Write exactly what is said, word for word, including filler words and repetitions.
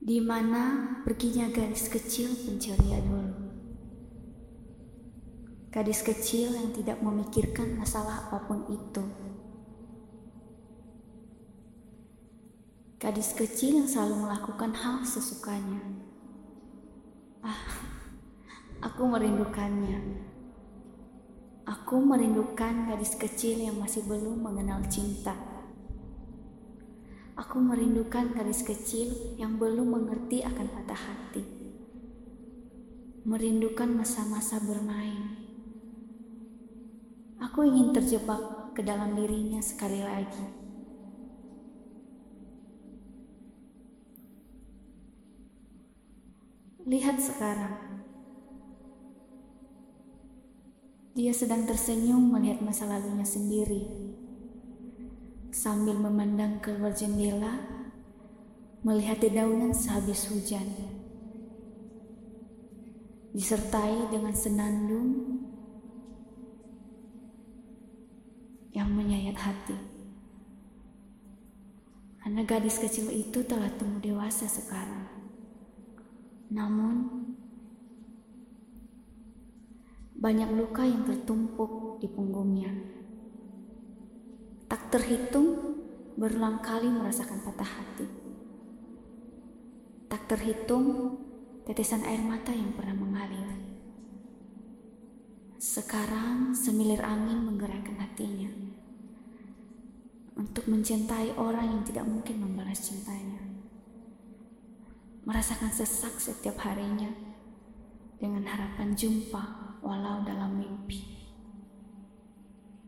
Di mana perginya gadis kecil penceria dulu. Gadis kecil yang tidak memikirkan masalah apapun itu. Gadis kecil yang selalu melakukan hal sesukanya. Ah, aku merindukannya. Aku merindukan gadis kecil yang masih belum mengenal cinta. Aku merindukan gadis kecil yang belum mengerti akan patah hati. Merindukan masa-masa bermain. Aku ingin terjebak ke dalam dirinya sekali lagi. Lihat sekarang. Dia sedang tersenyum melihat masa lalunya sendiri. Sambil memandang keluar jendela, melihat dedaunan sehabis hujan. Disertai dengan senandung yang menyayat hati. Anak gadis kecil itu telah tumbuh dewasa sekarang. Namun, banyak luka yang tertumpuk di punggungnya. Tak terhitung berulang kali merasakan patah hati. Tak terhitung tetesan air mata yang pernah mengalir. Sekarang semilir angin menggerakkan hatinya untuk mencintai orang yang tidak mungkin membalas cintanya. Merasakan sesak setiap harinya dengan harapan jumpa walau dalam mimpi.